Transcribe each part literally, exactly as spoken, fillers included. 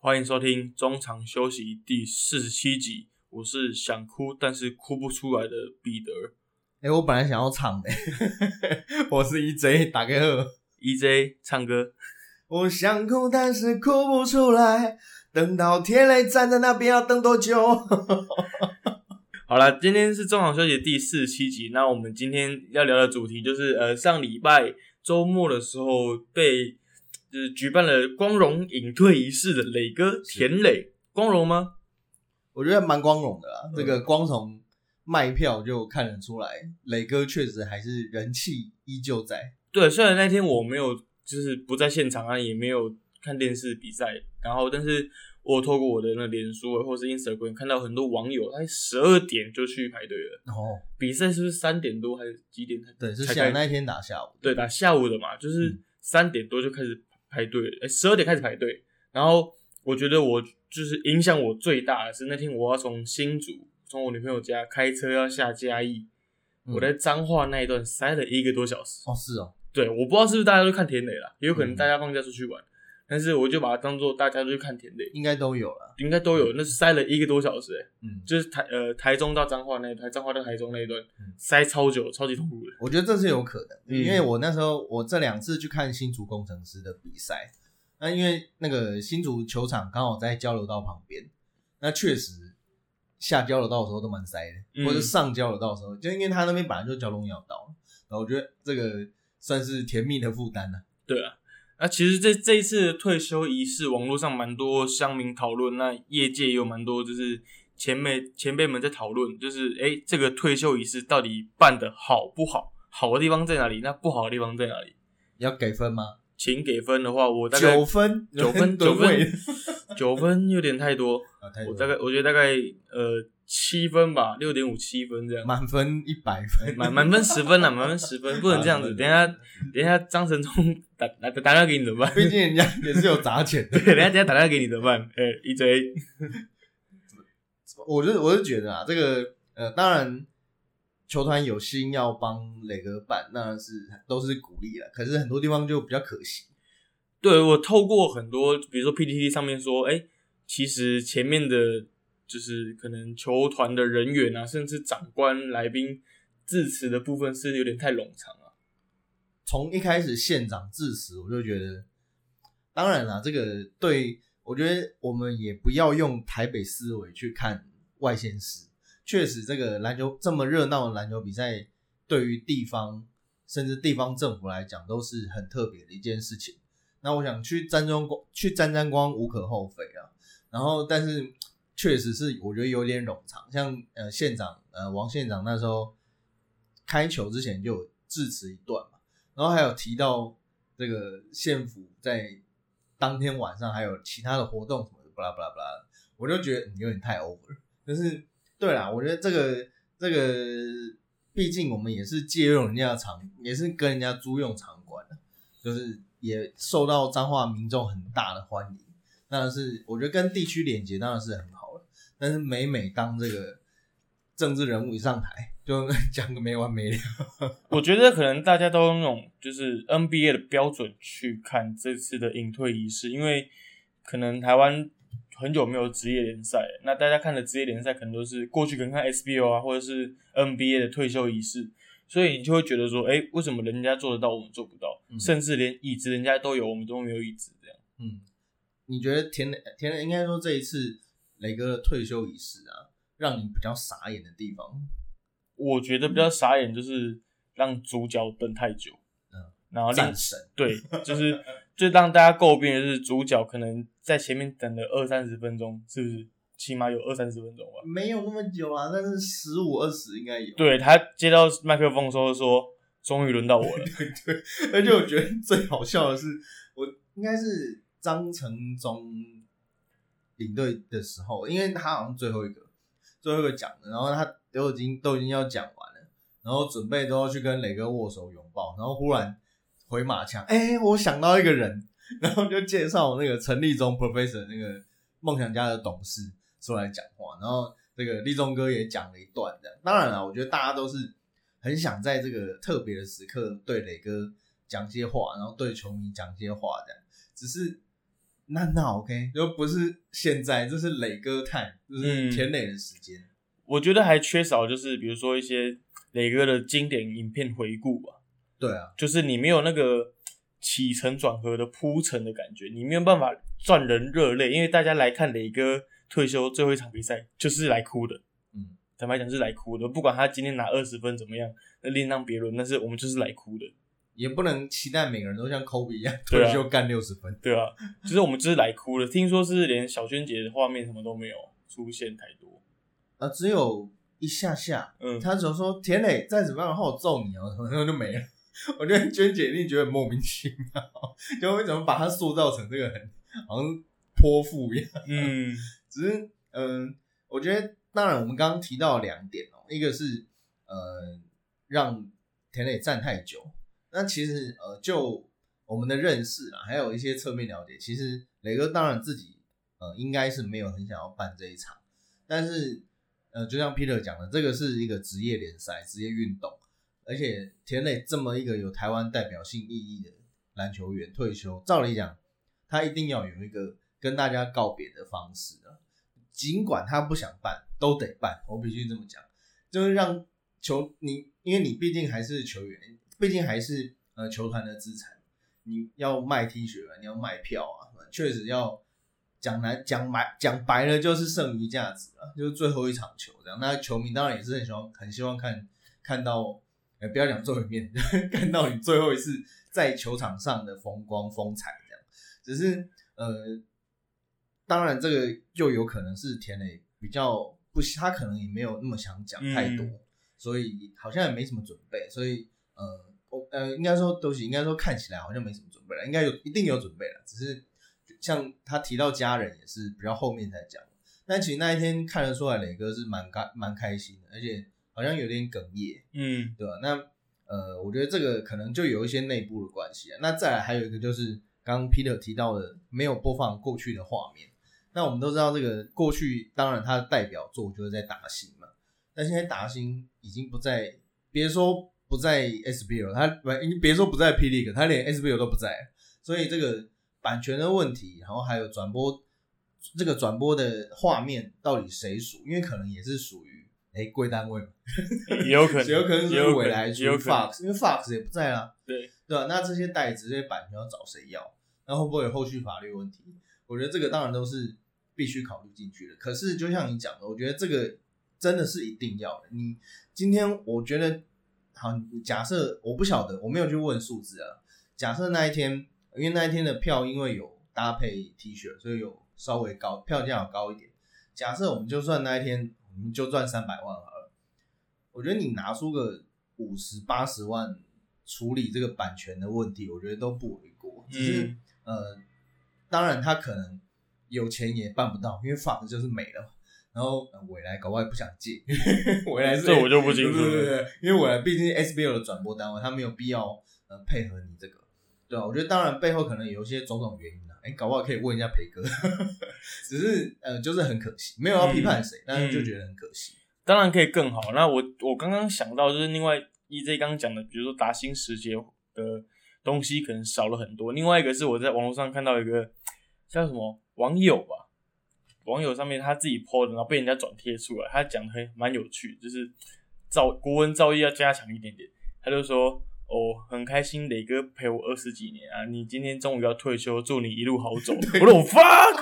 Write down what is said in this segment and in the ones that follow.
欢迎收听中场休息第四十七集，我是想哭但是哭不出来的彼得。 欸，我本来想要唱的我是 E J 打给我 E J 唱歌。 我想哭但是哭不出来，等到天雷站在那边要等多久好啦，今天是中场休息第四十七集，那我们今天要聊的主题就是呃上礼拜周末的时候被就是举办了光荣隐退仪式的磊哥田磊，光荣吗？ 我觉得蛮光荣的啦、 嗯、 这个光从卖票就看得出来，磊哥确实还是人气依旧在。 对，虽然那天我没有就是不在现场啊，也没有看电视比赛，然后但是我透过我的那脸书或是 Instagram 看到很多网友在十二点就去排队了。 哦， 比赛是不是三点多还是几点？ 对，是下那一天打下午。 对，打下午的嘛，就是三点多就开始排队了，诶十二点开始排队。然后我觉得我就是影响我最大的是那天我要从新竹从我女朋友家开车要下嘉义、嗯，我在彰化那一段塞了一个多小时。 哦，是哦。 对，我不知道是不是大家都看田磊啦，也有可能大家放假出去玩。嗯，但是我就把它当做大家都去看田磊， 应该都有了， 应该都有。那是塞了一个多小时、欸， 嗯， 就是台呃台中到彰化那一段，彰化到台中那一段、嗯、塞超久，超级痛苦的。 我觉得这是有可能， 嗯、 因为我那时候我这两次去看新竹工程师的比赛，那因为那个新竹球场刚好在交流道旁边，那确实下交流道的时候都蛮塞的，嗯、或者上交流道的时候，就因为他那边本来就交通要道，然后我觉得这个算是甜蜜的负担了。 对啊。那其实这这一次的退休仪式，网络上蛮多乡民讨论，那业界也有蛮多就是前辈前辈们在讨论，就是诶这个退休仪式到底办得好不好？好的地方在哪里？那不好的地方在哪里？ 要给分吗？ 请给分的话，我大概九分， 九分，九分，九分有点太多。 啊、太多我大概我觉得大概呃七分吧，六点五七分这样。 满分一百分， 满满分十分啦，满分十分，不能这样子。等一下，等一下，张成忠打打打电话给你怎么办？ 毕竟人家也是有砸钱的。 对，等一下等一下打电话给你怎么办？哎、欸、，E J， 我就我是觉得啊，这个呃，当然球团有心要帮磊哥办，那是都是鼓励啦。可是很多地方就比较可惜。 对，我透过很多，比如说 P T T 上面说，哎、欸，其实前面的。就是可能球团的人员啊，甚至长官、来宾致辞的部分是有点太冗长了。 从一开始县长致辞，我就觉得，当然啦，这个对我觉得我们也不要用台北思维去看外县市。确实，这个篮球这么热闹的篮球比赛，对于地方甚至地方政府来讲，都是很特别的一件事情。那我想去沾沾光，去沾沾光无可厚非啊。然后，但是。确实是我觉得有点冗长，像呃县长呃王县长那时候开球之前就有致辞一段嘛，然后还有提到这个县府在当天晚上还有其他的活动什么的，巴拉巴拉巴拉，我就觉得有点太 over。但是对啦，我觉得这个这个毕竟我们也是借用人家的场，也是跟人家租用场馆的，就是也受到彰化民众很大的欢迎。当然是我觉得跟地区连结当然是很好了，但是每每当这个政治人物一上台就讲个没完没了我觉得可能大家都用那种就是 N B A 的标准去看这次的隐退仪式，因为可能台湾很久没有职业联赛，那大家看的职业联赛可能都是过去可能看 S B O 啊，或者是 N B A 的退休仪式，所以你就会觉得说诶为什么人家做得到我们做不到、嗯、甚至连椅子人家都有我们都没有椅子这样。 嗯，你觉得田磊田磊应该说这一次磊哥的退休仪式啊，让你比较傻眼的地方？ 我觉得比较傻眼就是让主角等太久， 嗯， 然后战神对，就是就让大家诟病的是主角可能在前面等了二三十分钟，是不是？起码有二三十分钟吧？ 没有那么久啊，但是十五二十应该有。 对，他接到麦克风的时候说：“终于轮到我了。” 对对，而且我觉得最好笑的是，我应该是张成忠领队的时候，因为他好像最后一个最后一个讲的，然后他都已经都已经要讲完了，然后准备都要去跟磊哥握手拥抱，然后忽然回马枪，哎、欸，我想到一个人，然后就介绍那个陈立忠 Professor 那个梦想家的董事出来讲话，然后这个立忠哥也讲了一段这样。当然啦，我觉得大家都是很想在这个特别的时刻对磊哥讲些话，然后对球迷讲些话这样。只是那那 OK， 就不是现在，这是磊哥 time， 就是田磊的时间、嗯。 我觉得还缺少就是比如说一些磊哥的经典影片回顾吧。 对啊， 就是你没有那个起承转合的铺陈的感觉，你没有办法赚人热泪，因为大家来看磊哥退休最后一场比赛就是来哭的。嗯，坦白讲是来哭的，不管他今天拿二十分怎么样，那另当别论，但是我们就是来哭的。 也不能期待每个人都像 Kobe 一样退休干六十分。 对啊，就是我们就是来哭的。听说是连小娟姐的画面什么都没有出现太多， 啊，只有一下下。嗯，他只有说田磊再怎么样的话我揍你哦，然后就没了。我觉得娟姐一定觉得很莫名其妙，就为什么把他塑造成这个很好像泼妇一样。嗯，只是嗯、呃，我觉得当然我们刚刚提到两点哦，一个是呃让田磊站太久。那其实呃，就我们的认识啦，还有一些侧面了解，其实磊哥当然自己呃应该是没有很想要办这一场，但是呃，就像 Peter 讲的，这个是一个职业联赛、职业运动，而且田磊这么一个有台湾代表性意义的篮球员退休，照理讲他一定要有一个跟大家告别的方式啊，尽管他不想办，都得办，我必须这么讲，就是让球你，因为你毕竟还是球员。毕竟还是呃球团的资产，你要卖 T 恤啊，你要卖票啊，确实要讲难讲白讲白了就是剩余价值啊，就是最后一场球这样。那球迷当然也是很希望很希望看看到，呃不要讲最后一面，看到你最后一次在球场上的风光风采这样。只是呃，当然这个就有可能是田磊比较不，他可能也没有那么想讲太多，嗯、所以好像也没什么准备，所以。呃，呃，应该说都是，应该说看起来好像没什么准备了，应该有一定有准备了，只是像他提到家人也是比较后面才讲，但其实那一天看得出来磊哥是蛮开蛮开心的，而且好像有点哽咽，嗯，对吧？那呃，我觉得这个可能就有一些内部的关系啊。那再来还有一个就是刚刚 Peter 提到的没有播放过去的画面，那我们都知道这个过去当然他的代表作就是在达欣嘛，但现在达欣已经不在，别说。不在 S B L， 他别说不在 P League， 他连 S B L 都不在，所以这个版权的问题，然后还有转播这个转播的画面到底谁属？因为可能也是属于哎贵单位嘛， 也有可能， 也有可能是未来属于 Fox， 因为 Fox 也不在啦， 对对吧？那这些代子这些版权要找谁要？那会不会有后续法律问题？我觉得这个当然都是必须考虑进去的。可是就像你讲的，我觉得这个真的是一定要的。你今天我觉得。好，假设我不晓得，我没有去问数字啊。假设那一天，因为那一天的票因为有搭配 T 恤，所以有稍微高，票价有高一点。假设我们就算那一天，我们就赚三百万好了。我觉得你拿出个五十八十万处理这个版权的问题，我觉得都不为过。只是、嗯、呃，当然他可能有钱也办不到，因为 Fox 就是没了。然后未来搞不好也不想借，未来是这我就不清楚了。 对对对，因为未来毕竟 S B L 的转播单位，他没有必要呃配合你这个，对吧、啊？我觉得当然背后可能有一些种种原因啦，哎，搞不好可以问一下培哥，只是呃就是很可惜，没有要批判谁、嗯，但是就觉得很可惜。 当然可以更好。那我我刚刚想到就是另外 E J 刚刚讲的，比如说达欣时节的东西可能少了很多。另外一个是我在网络上看到一个叫什么网友吧。网友上面他自己 po 的，然后被人家转贴出来，他讲的蛮有趣，就是造国文造诣要加强一点点。他就说：“哦，很开心，磊哥陪我二十几年啊，你今天终于要退休，祝你一路好走。”我说 ：“Fuck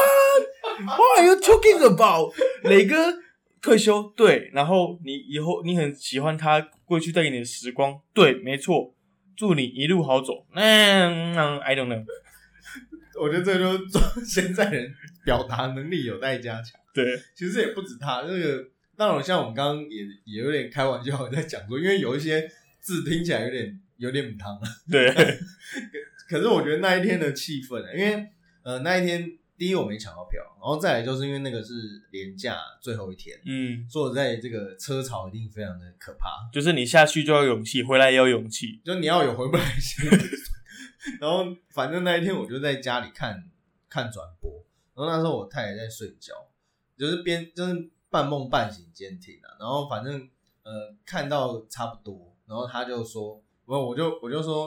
what? What are you talking about？ 磊哥退休对，然后你以后你很喜欢他过去带给你的时光，对，没错，祝你一路好走。”嗯嗯 ，I don't know。 我觉得这就是现在人表达能力有待加强。 对， 其实也不止他，那个当然像我们刚刚也也有点开玩笑在讲说，因为有一些字听起来有点有点母汤了。 对， 可是我觉得那一天的气氛，因为呃那一天第一我没抢到票，然后再来就是因为那个是连假最后一天，嗯，所以我在这个车潮一定非常的可怕， 就是你下去就要有勇气，回来也要有勇气， 就你要有回不来的心。然后反正那一天我就在家里看看转播，然后那时候我太太在睡觉，就是边就是半梦半醒间听啊，然后反正呃看到差不多，然后他就说，我我就我就说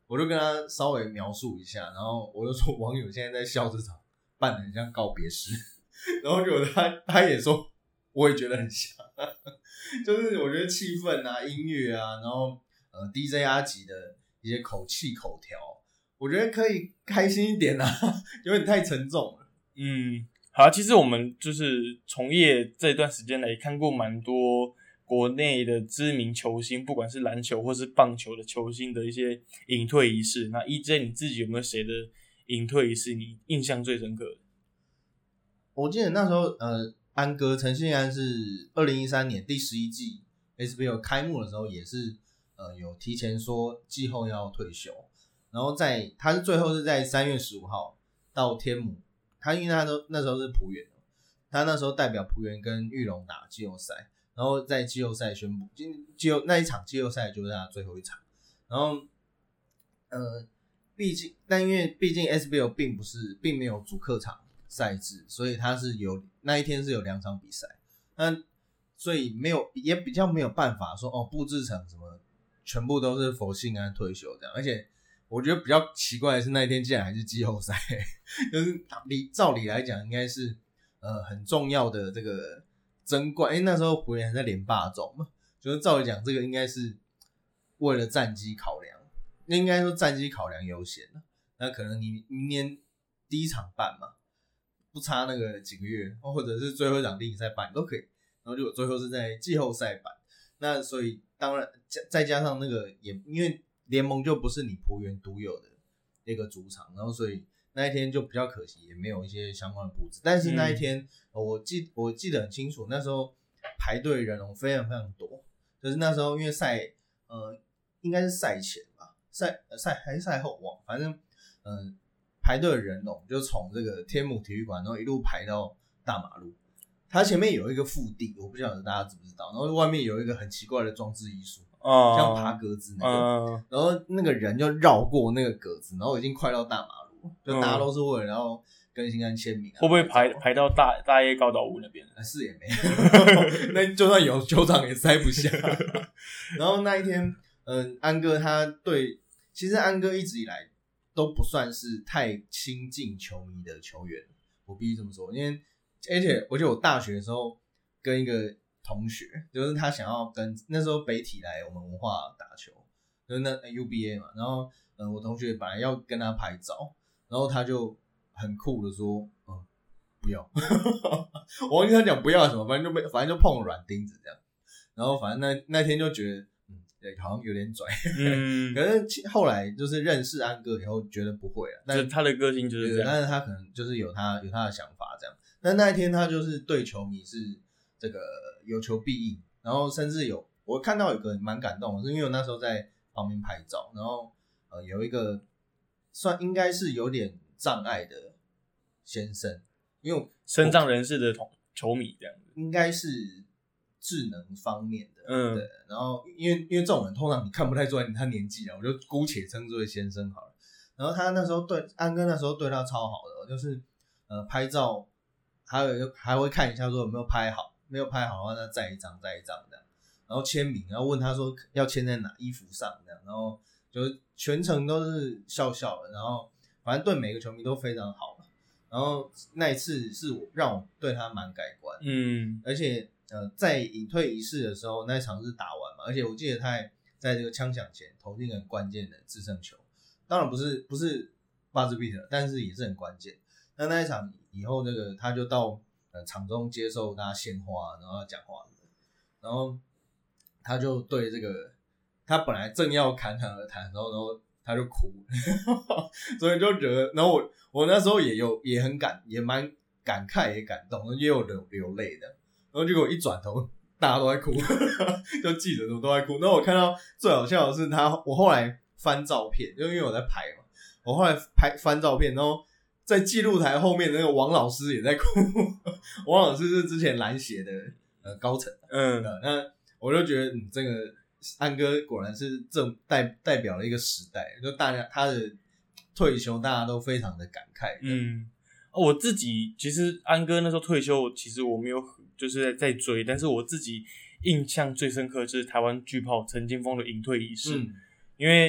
我就跟他稍微描述一下，然后我就说网友现在在笑这场办得很像告别式，然后结果他他也说我也觉得很像，就是我觉得气氛啊、音乐啊，然后呃 D J 阿吉的一些口气口条，我觉得可以开心一点啊，有点太沉重了。 嗯，好，其实我们就是从业这段时间来也看过蛮多国内的知名球星，不管是篮球或是棒球的球星的一些隐退仪式。那 E J 你自己有没有谁的隐退仪式你印象最深刻的？ 我记得那时候呃，安哥陈信安是二零一三年第十一季 S B L 开幕的时候也是呃有提前说季后要退休，然后在他是最后是在三月十五号到天母，他因为他都那时候是璞园，他那时候代表璞园跟裕隆打季后赛，然后在季后赛宣布季后那一场季后赛就是他最后一场，然后呃毕竟但因为毕竟 S B L 并不是并没有主客场赛制，所以他是有那一天是有两场比赛，那所以没有也比较没有办法说哦布置成什么全部都是佛信安退休这样，而且我觉得比较奇怪的是那一天竟然还是季后赛，就是理照理来讲应该是呃很重要的这个争冠，因为那时候璞园还在连霸中嘛，就是照理讲这个应该是为了战绩考量，应该说战绩考量优先，那可能你明年第一场办嘛，不差那个几个月，或者是最后一场例行赛办都可以，然后就最后是在季后赛办，那所以当然再加上那个也因为联盟就不是你璞园独有的一个主场，然后所以那一天就比较可惜，也没有一些相关的布置。但是那一天，嗯、我记我记得很清楚，那时候排队人龙非常非常多，就是那时候因为赛呃应该是赛前吧，赛赛还是赛后忘，反正嗯、呃、排队的人龙就从这个天母体育馆，然后一路排到大马路。它前面有一个腹地，我不晓得大家知不知道，然后外面有一个很奇怪的装置艺术。 哦、 像爬格子那个、 嗯， 然后那个人就绕过那个格子，然后已经快到大马路，就大家都是为了然后跟新安签名、啊， 会不会排排到大大叶高岛屋那边？ 是也没有，那就算有球场也塞不下。然后那一天，嗯、呃，安哥他对，其实安哥一直以来都不算是太亲近球迷的球员，我必须这么说，因为而且我觉得我大学的时候跟一个同学，就是他想要跟那时候北体来我们文化打球，就是那 U B A 嘛，然后嗯，我同学本来要跟他拍照，然后他就很酷的说，嗯，不要，我忘记他讲不要什么，反正就被反正就碰软钉子这样，然后反正那那天就觉得，嗯，对，好像有点拽，嗯，可是后来就是认识安哥以后，觉得不会了，但是他的个性就是这样， 但是他可能就是有他有他的想法这样，但那一天他就是对球迷是这个。有求必应，然后甚至有我看到有个蛮感动的，是因为我那时候在旁边拍照，然后呃有一个算应该是有点障碍的先生，因为身障人士的球迷这样子， 应该是智能方面的， 嗯， 对，然后因为因为这种人通常你看不太出来他年纪啊，我就姑且称之为先生好了。然后他那时候对安哥那时候对他超好的，就是呃拍照还有还会看一下说有没有拍好。没有拍好的话，那再一张再一张这样，然后签名，然后问他说要签在哪衣服上这样，然后就是全程都是笑笑的，然后反正对每个球迷都非常好，然后那一次是我让我对他蛮改观， 嗯， 而且呃在隐退仪式的时候那一场是打完嘛，而且我记得他还在这个枪响前投进很关键的制胜球，当然不是不是巴兹比特，但是也是很关键。那那一场以后，这个他就到。呃，场中接受大家献花，然后讲话，然后他就对这个，他本来正要侃侃而谈，然后然后他就哭了，所以就觉得，然后我我那时候也有也很感，也蛮感慨也感动，也有流流泪的，然后结果一转头，大家都在哭，就记者什么都在哭。然后我看到最好笑的是他，我后来翻照片，就因为我在拍嘛，我后来拍翻照片，然后。在记录台后面的那个王老师也在哭，王老师是之前篮协的呃高层，嗯，那我就觉得嗯，这个安哥果然是这代代表了一个时代，就大家他的退休大家都非常的感慨， 嗯，我自己其实安哥那时候退休，其实我没有就是在追，但是我自己印象最深刻就是台湾巨炮陈金锋的隐退仪式，嗯，因为。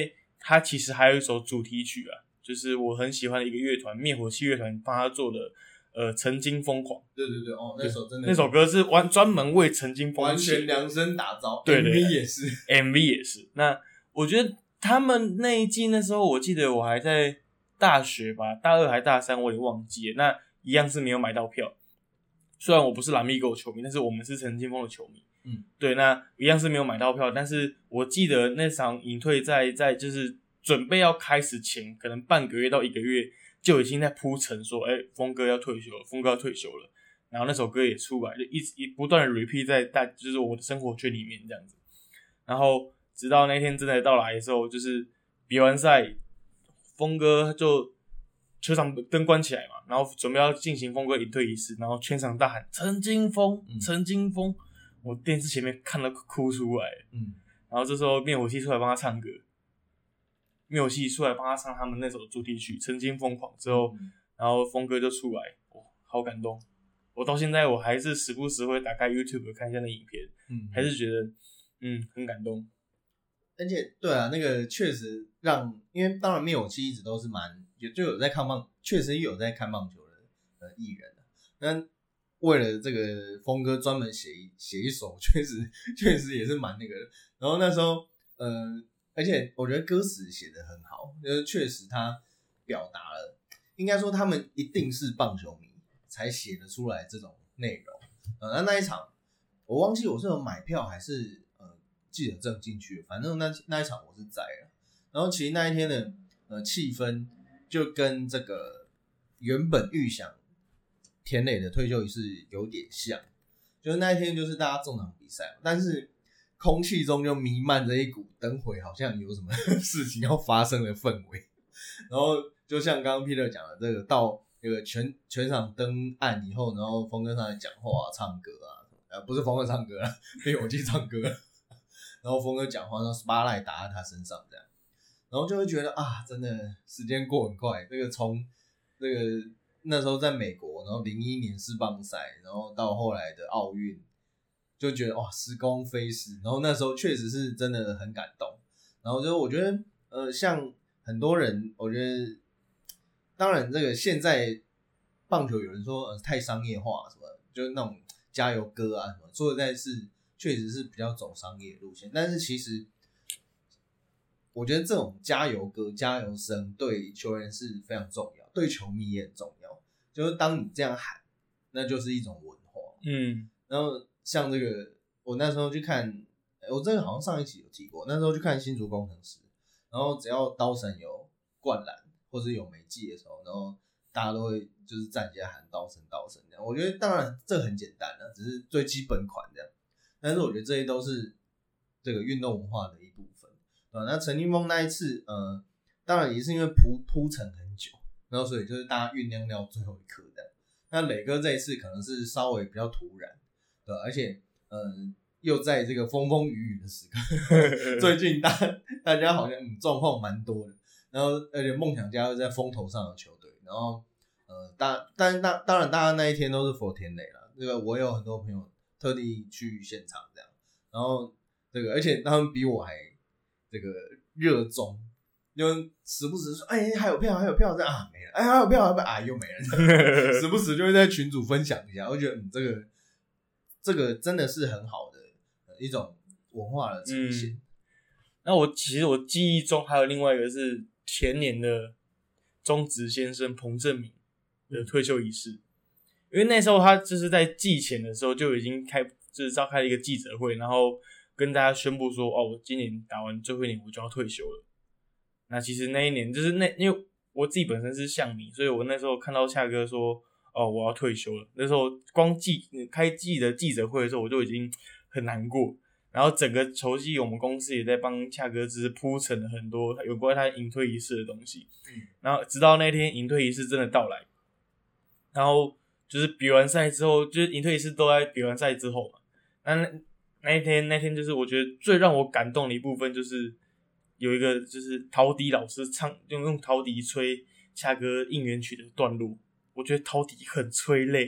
他其实还有一首主题曲啊，就是我很喜欢的一个乐团灭火器乐团帮他做的呃曾经疯狂。 对对对，哦，那首真的那首歌是完专门为曾经疯狂完全量身打造， 对对 ，M V 也是 ，M V 也是。那我觉得他们那一季那时候，我记得我还在大学吧，大二还大三，我也忘记了。那一样是没有买到票，虽然我不是拉米狗球迷，但是我们是陈金锋的球迷。 嗯， 对，那一样是没有买到票，但是我记得那场隐退在在就是准备要开始前，可能半个月到一个月就已经在铺陈说，哎、欸，峰哥要退休了，峰哥要退休了。然后那首歌也出来，就一直一不断的 repeat 在大就是我的生活圈里面这样子。然后直到那天真的到来的时候，就是比完赛，峰哥就球场灯关起来嘛，然后准备要进行峰哥隐退仪式，然后全场大喊陈金锋，陈金锋。我电视前面看到哭出来， 嗯， 然后这时候灭火器出来帮他唱歌，灭火器出来帮他唱他们那首主题曲《曾经疯狂》之后，嗯、然后峰哥就出来，哇，好感动！我到现在我还是时不时会打开 YouTube 看一下那影片，嗯，还是觉得嗯很感动。 而且对啊，那个确实让，因为当然灭火器一直都是蛮有就有在看棒，确实有在看棒球的呃艺人，但为了这个峰哥专门写一写一首，确实确实也是蛮那个的。然后那时候，呃，而且我觉得歌词写得很好，就是确实他表达了，应该说他们一定是棒球迷才写得出来这种内容。呃，那那一场我忘记我是有买票还是呃记者证进去，反正那那一场我是在了。然后其实那一天的呃气氛就跟这个原本预想田磊的退休仪式有点像，就是那一天就是大家中场比赛，但是空气中就弥漫着一股等会好像有什么事情要发生的氛围。然后就像刚刚 Peter 讲的，这个到这个全全场灯暗以后，然后峰哥上来讲话、啊、唱歌啊，呃，不是峰哥唱歌啦，灭火器唱歌，然后峰哥讲话，然后 spotlight 打在他身上这样，然后就会觉得啊，真的时间过很快，这个从这个。那时候在美国，然后零一年世棒赛，然后到后来的奥运，就觉得哇，时光飞逝。然后那时候确实是真的很感动。然后就我觉得，呃，像很多人，我觉得，当然这个现在棒球有人说呃太商业化什么，就是那种加油歌啊什么，说实在是确实是比较走商业路线。但是其实，我觉得这种加油歌、加油声对球员是非常重要，对球迷也很重要。就是当你这样喊，那就是一种文化。嗯，然后像这个，我那时候去看，我这个好像上一期有提过，那时候去看新竹工程师，然后只要刀神有灌篮或是有美技的时候，然后大家都会就是站起来喊刀神刀神这样。我觉得当然这很简单了，只是最基本款这样，但是我觉得这些都是这个运动文化的一部分。对，那陈金锋那一次，呃，当然也是因为铺铺陈很久。然后所以就是大家酝酿到最后一刻这样。那磊哥这一次可能是稍微比较突然，对，而且嗯、呃，又在这个风风雨雨的时刻，最近大大家好像嗯状况蛮多的，然后而且梦想家又在风头上的球队，然后呃大但当当然大家那一天都是佛田磊啦，这个我有很多朋友特地去现场这样，然后这个而且他们比我还这个热衷。就时不时说，哎、欸，还有票，还有票，这样啊没了，哎、欸，还有票，还有票啊又没了，时不时就会在群组分享一下，我觉得嗯，这个这个真的是很好的一种文化的呈现。嗯、 那我其实我记忆中还有另外一个是前年的中职先生彭政闵的退休仪式，因为那时候他就是在季前的时候就已经开，就是召开了一个记者会，然后跟大家宣布说，哦，我今年打完最后一年我就要退休了。那其实那一年就是那，因为我自己本身是象迷，所以我那时候看到恰哥说，哦，我要退休了。那时候光记开季的记者会的时候，我就已经很难过。然后整个球季，我们公司也在帮恰哥只是铺陈了很多有关他隐退仪式的东西。嗯，然后直到那天隐退仪式真的到来，然后就是比完赛之后，就是隐退仪式都在比完赛之后嘛。那那一天那天就是我觉得最让我感动的一部分就是。有一个就是陶笛老师唱用用陶笛吹恰哥应援曲的段落，我觉得陶笛很催泪，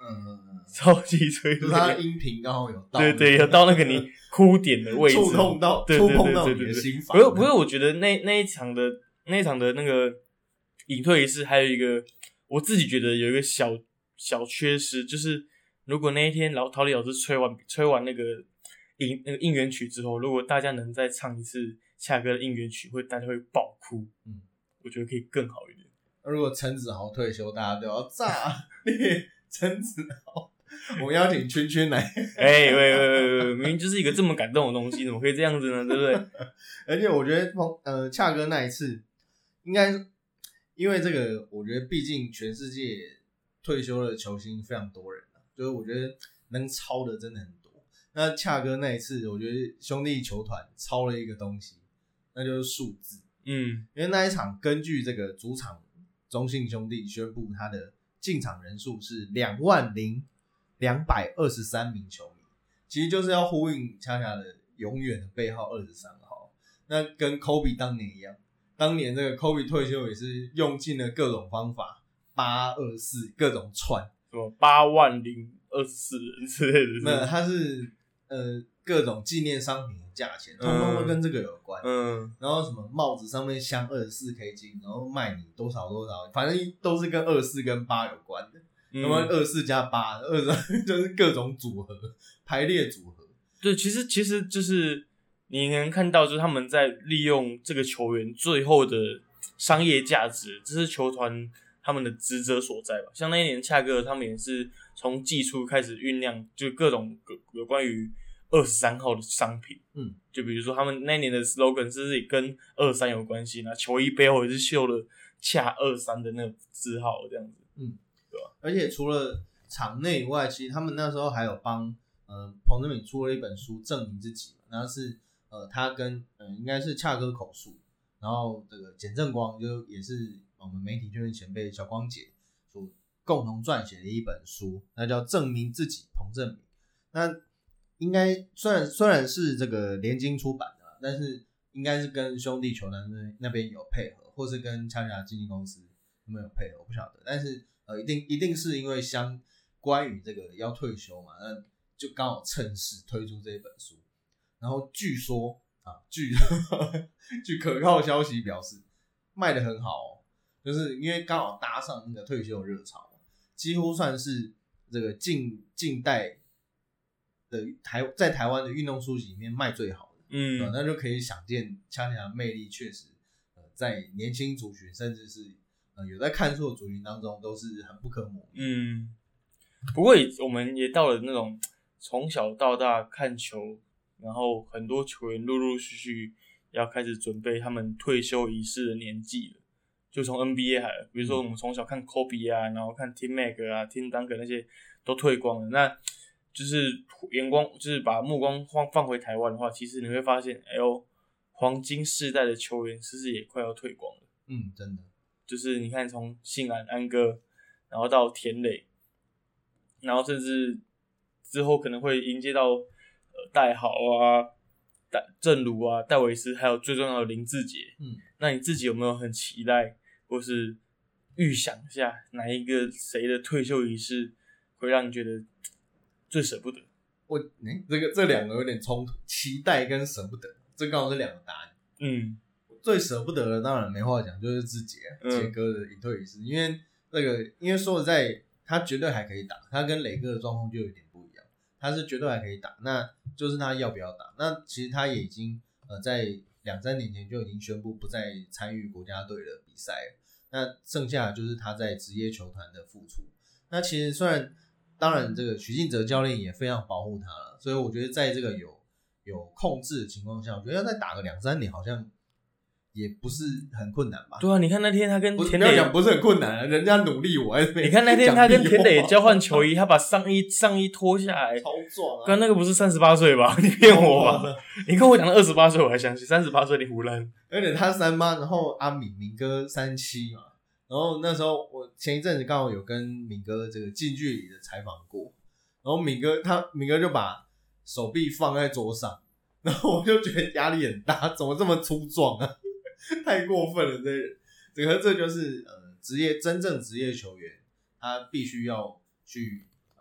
嗯嗯嗯， 超级催泪， 就是他的音频刚好有到、 那個，对对，有到那个你哭点的位置， 触碰到，触碰到你的心房。 不是不是，我觉得那那一场的那一场的那个隐退仪式，还有一个我自己觉得有一个小小缺失，就是如果那一天老陶李老师吹完吹完那个应那个应援曲之后，如果大家能再唱一次恰哥的应援曲，会大家会爆哭，嗯，我觉得可以更好一点。 如果陈子豪退休，大家都要炸裂陈子豪。我们邀请圈圈来， 哎、欸，喂喂喂喂，明明就是一个这么感动的东西，怎么可以这样子呢？对不对？ 而且我觉得，呃，恰哥那一次，应该因为这个，我觉得毕竟全世界退休的球星非常多人了，就是我觉得能抄的真的很多。那恰哥那一次，我觉得兄弟球团抄了一个东西，那就是数字。嗯，因为那一场根据这个主场中信兄弟宣布他的进场人数是两万零两百二十三名球迷，其实就是要呼应恰恰的永远的背号二十三号。那跟 Kobe 当年一样，当年这个 Kobe 退休也是用尽了各种方法，八二四各种串， 什么八万零二十四人之类的。 那他是呃各种纪念商品的价钱，通通都跟这个有关。嗯，然后什么帽子上面镶 二十四 K 金，然后卖你多少多少，反正都是跟二十四跟八有关的。那么二十四加八，二十三就是各种组合排列组合。 对，其实其实就是你能看到，就是他们在利用这个球员最后的商业价值，这是球团他们的职责所在吧。像那一年恰哥他们也是从季初开始酝酿，就各种有关于二十三号的商品。嗯，就比如说他们那一年的 slogan 是不是也跟二十三有关系呢？球衣背后也是绣了恰二十三的那个字号这样子。嗯。 而且除了场内以外，其实他们那时候还有帮呃彭正敏出了一本书证明自己，然后是呃他跟呃应该是恰哥口述，然后这个简正光就也是我们媒体圈的前辈小光姐所共同撰写的一本书，那叫证明自己彭正敏。那应该虽然虽然是这个联经出版的，但是应该是跟兄弟球团那边有配合，或是跟恰恰经纪公司有没有配合，我不晓得，但是。呃，一定一定是因为相关于这个要退休嘛，那就刚好趁势推出这一本书。然后据说啊，据据可靠消息表示，卖得很好哦，就是因为刚好搭上那个退休的热潮，几乎算是这个近近代的台在台湾的运动书籍里面卖最好的。嗯，呃、那就可以想见恰恰的魅力确实，呃，在年轻族群甚至是。呃，有在看书的族群当中都是很不可磨灭。 嗯，不过也我们也到了那种从小到大看球，然后很多球员陆陆续续要开始准备他们退休仪式的年纪了。就从 N B A 来了，比如说我们从小看 Kobe 啊，然后看 Tim Mac 啊、Tim Duncan 那些都退光了，那就是眼光就是把目光放放回台湾的话，其实你会发现，哎呦，黄金世代的球员其实也快要退光了。 嗯，真的。 就是你看，从信安安哥，然后到田磊，然后甚至之后可能会迎接到呃戴豪啊、戴郑如啊、戴维斯，还有最重要的林志杰。嗯，那你自己有没有很期待，或是预想一下哪一个谁的退休仪式会让你觉得最舍不得？ 我欸、这个这两个有点冲突，期待跟舍不得，这刚好是两个答案。嗯。最舍不得的当然没话讲，就是志杰杰哥的隐退仪式，因为那个，因为说实在，他绝对还可以打，他跟磊哥的状况就有点不一样，他是绝对还可以打，那就是他要不要打。那其实他也已经呃在两三年前就已经宣布不再参与国家队的比赛了，那剩下的就是他在职业球团的付出。那其实虽然当然这个许晋哲教练也非常保护他了，所以我觉得在这个有有控制的情况下，我觉得要再打个两三年好像。也不是很困难吧？ 对啊，你看那天他跟田磊，不要讲不是很困难，人家努力，我还是没。 你看那天他跟田磊交换球衣，他把上衣上衣脱下来， 超壮啊！ 刚那个不是三十八岁吧？你骗我吧？你跟我讲的二十八岁，我还相信，三十八岁你胡乱。 而且他三八，然后阿敏敏哥三七嘛，然后那时候我前一阵子刚好有跟敏哥这个近距离的采访过，然后敏哥他敏哥就把手臂放在桌上，然后我就觉得压力很大，怎么这么粗壮啊？太过分了，这人，这个这就是呃职业真正职业球员，他必须要去呃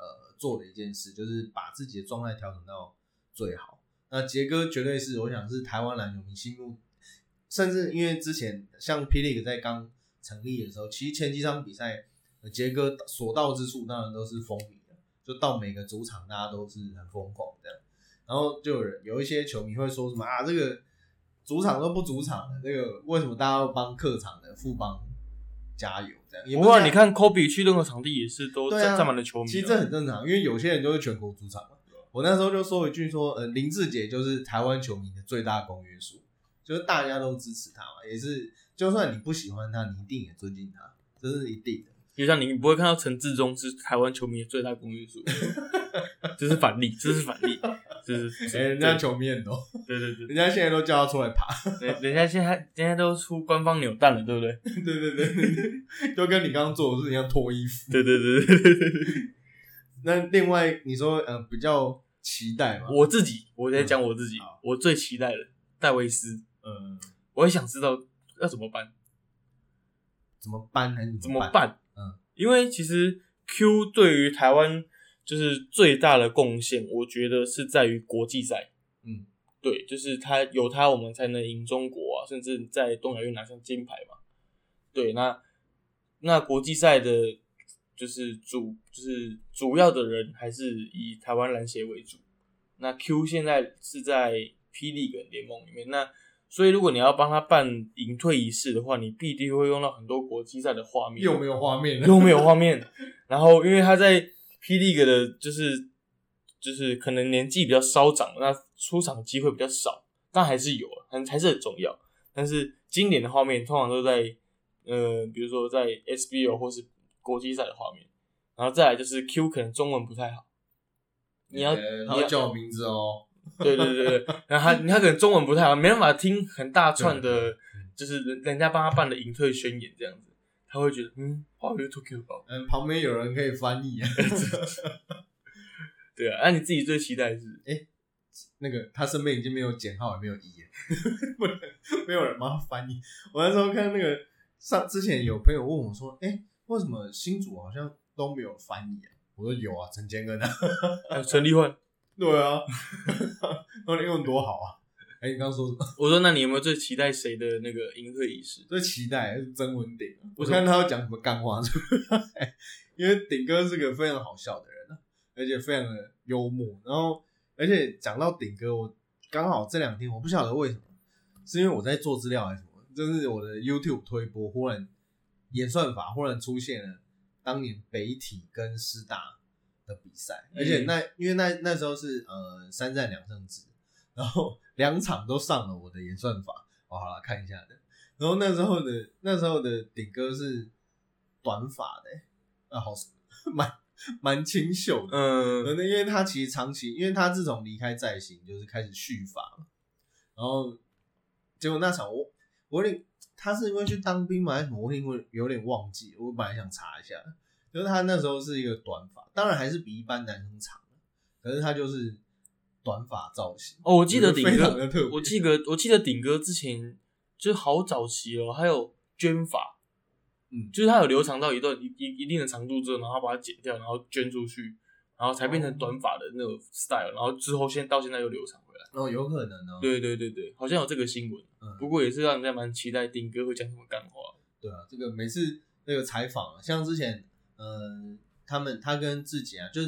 呃做的一件事，就是把自己的状态调整到最好。那杰哥绝对是我想是台湾篮球迷心目，甚至因为之前像 P. League 在刚成立的时候，其实前几场比赛杰哥所到之处当然都是风靡的，就到每个主场大家都是很疯狂这样。然后就有人有一些球迷会说什么啊，这个主场都不主场了，这个为什么大家要帮客场的富邦加油这样？ 不过、啊、你看 Kobe 去任何场地也是都站满了球迷、啊， 其实这很正常，因为有些人就是全国主场嘛。我那时候就说一句说，呃，林志杰就是台湾球迷的最大公约数，就是大家都支持他嘛，也是就算你不喜欢他，你一定也尊敬他，这是一定的。 就像你不会看到陈志忠是台湾球迷的最大公约数，这是反例，这是反例，这是哎、欸，人家球迷很多， 对对对， 人家现在都叫他出来爬， 人家现在现在都出官方扭蛋了，对不对？ 对对对对对，就跟你刚刚做的事一样，脱衣服。 对对对对对对对。 那另外你说呃比较期待嘛？ 我自己，我在讲我自己、 嗯， 我最期待的戴维斯， 嗯， 我也想知道要怎么办， 怎么办还是怎么办？怎么办？ 嗯， 因为其实 Q 对于台湾就是最大的贡献，我觉得是在于国际赛。 嗯， 对，就是他有他，我们才能赢中国啊，甚至在东亚运拿上金牌嘛。对，那那国际赛的。就是主就是主要的人还是以台湾篮协为主，那 Q 现在是在霹雳跟联盟里面，那所以如果你要帮他办隐退仪式的话，你必定会用到很多国际赛的画面， 又没有画面了， 又没有画面，然后因为他在霹雳的就是就是可能年纪比较稍长，那出场机会比较少，但还是有，还是很重要，但是经典的画面通常都在呃比如说在 S B L 或是国际赛的画面，然后再来就是 Q 可能中文不太好，你要、 欸、他会叫我名字哦， 对对对对，然后他他可能中文不太好，没办法听很大串的，就是人家帮他办的隐退宣言这样子，他会觉得嗯 ，What are you talking about？ 嗯，旁边有人可以翻译啊， 对啊，那、啊、你自己最期待的是？ 哎、欸，那个他身边已经没有减号也没有一，不能没有人帮他翻译。我那时候看那个上之前有朋友问我说，哎、欸。为什么新竹好像都没有翻译啊？我说有啊，陈坚恩啊， 还有陈立焕， 对啊，他的英文多好啊！哎、欸，你刚刚说什么？ 我说，那你有没有最期待谁的那个隐退仪式？ 最期待是曾文鼎，我看他要讲什么干话出来，因为鼎哥是个非常好笑的人啊，而且非常的幽默。然后，而且讲到鼎哥，我刚好这两天我不晓得为什么，是因为我在做资料还是什么，就是我的 YouTube 推播忽然。演算法忽然出现了当年北体跟师大的比赛，而且那因为那那时候是呃三战两胜制，然后两场都上了我的演算法，哦，好了看一下的。然后那时候的那时候的鼎哥是短发的、欸，啊好蛮蛮清秀的，嗯，因为他其实长期，因为他自从离开再兴就是开始蓄发嘛，然后结果那场我我有点。他是因为去当兵吗还是什么？我因为有点忘记，我本来想查一下，就是他那时候是一个短发，当然还是比一般男生长，可是他就是短发造型。 哦，我记得鼎哥，我记得我记得鼎哥之前就是好早期了，还有捐发，嗯，就是他有留长到一段一一定的长度之后，然后把它剪掉，然后捐出去，然后才变成短发的那种 style，、哦、然后之后现到现在又留长回来。 哦，有可能哦。 对对对对，好像有这个新闻。嗯，不过也是让人家蛮期待鼎哥会讲什么干话。 对啊，这个每次那个采访、啊，像之前，呃，他们他跟志杰啊，就是，